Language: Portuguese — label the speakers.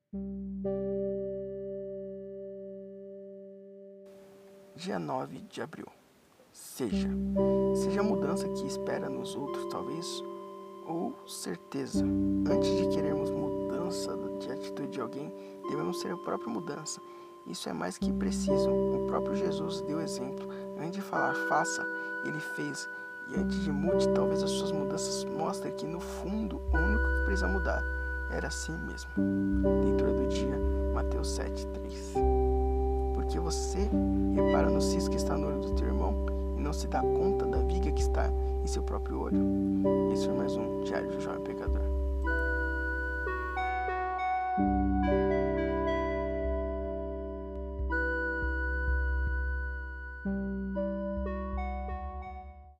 Speaker 1: Dia 9 de abril. Seja a mudança que espera nos outros, talvez, ou certeza. Antes de querermos mudança de atitude de alguém, devemos ser a própria mudança. Isso é mais que preciso. O próprio Jesus deu exemplo. Antes de falar faça, ele fez. E antes de mude, talvez as suas mudanças mostrem que, no fundo, o único que precisa mudar era assim mesmo. Leitura do dia, Mateus 7:3. Porque você repara no cisco que está no olho do teu irmão e não se dá conta da viga que está em seu próprio olho. Esse foi mais um Diário de um Jovem Pecador.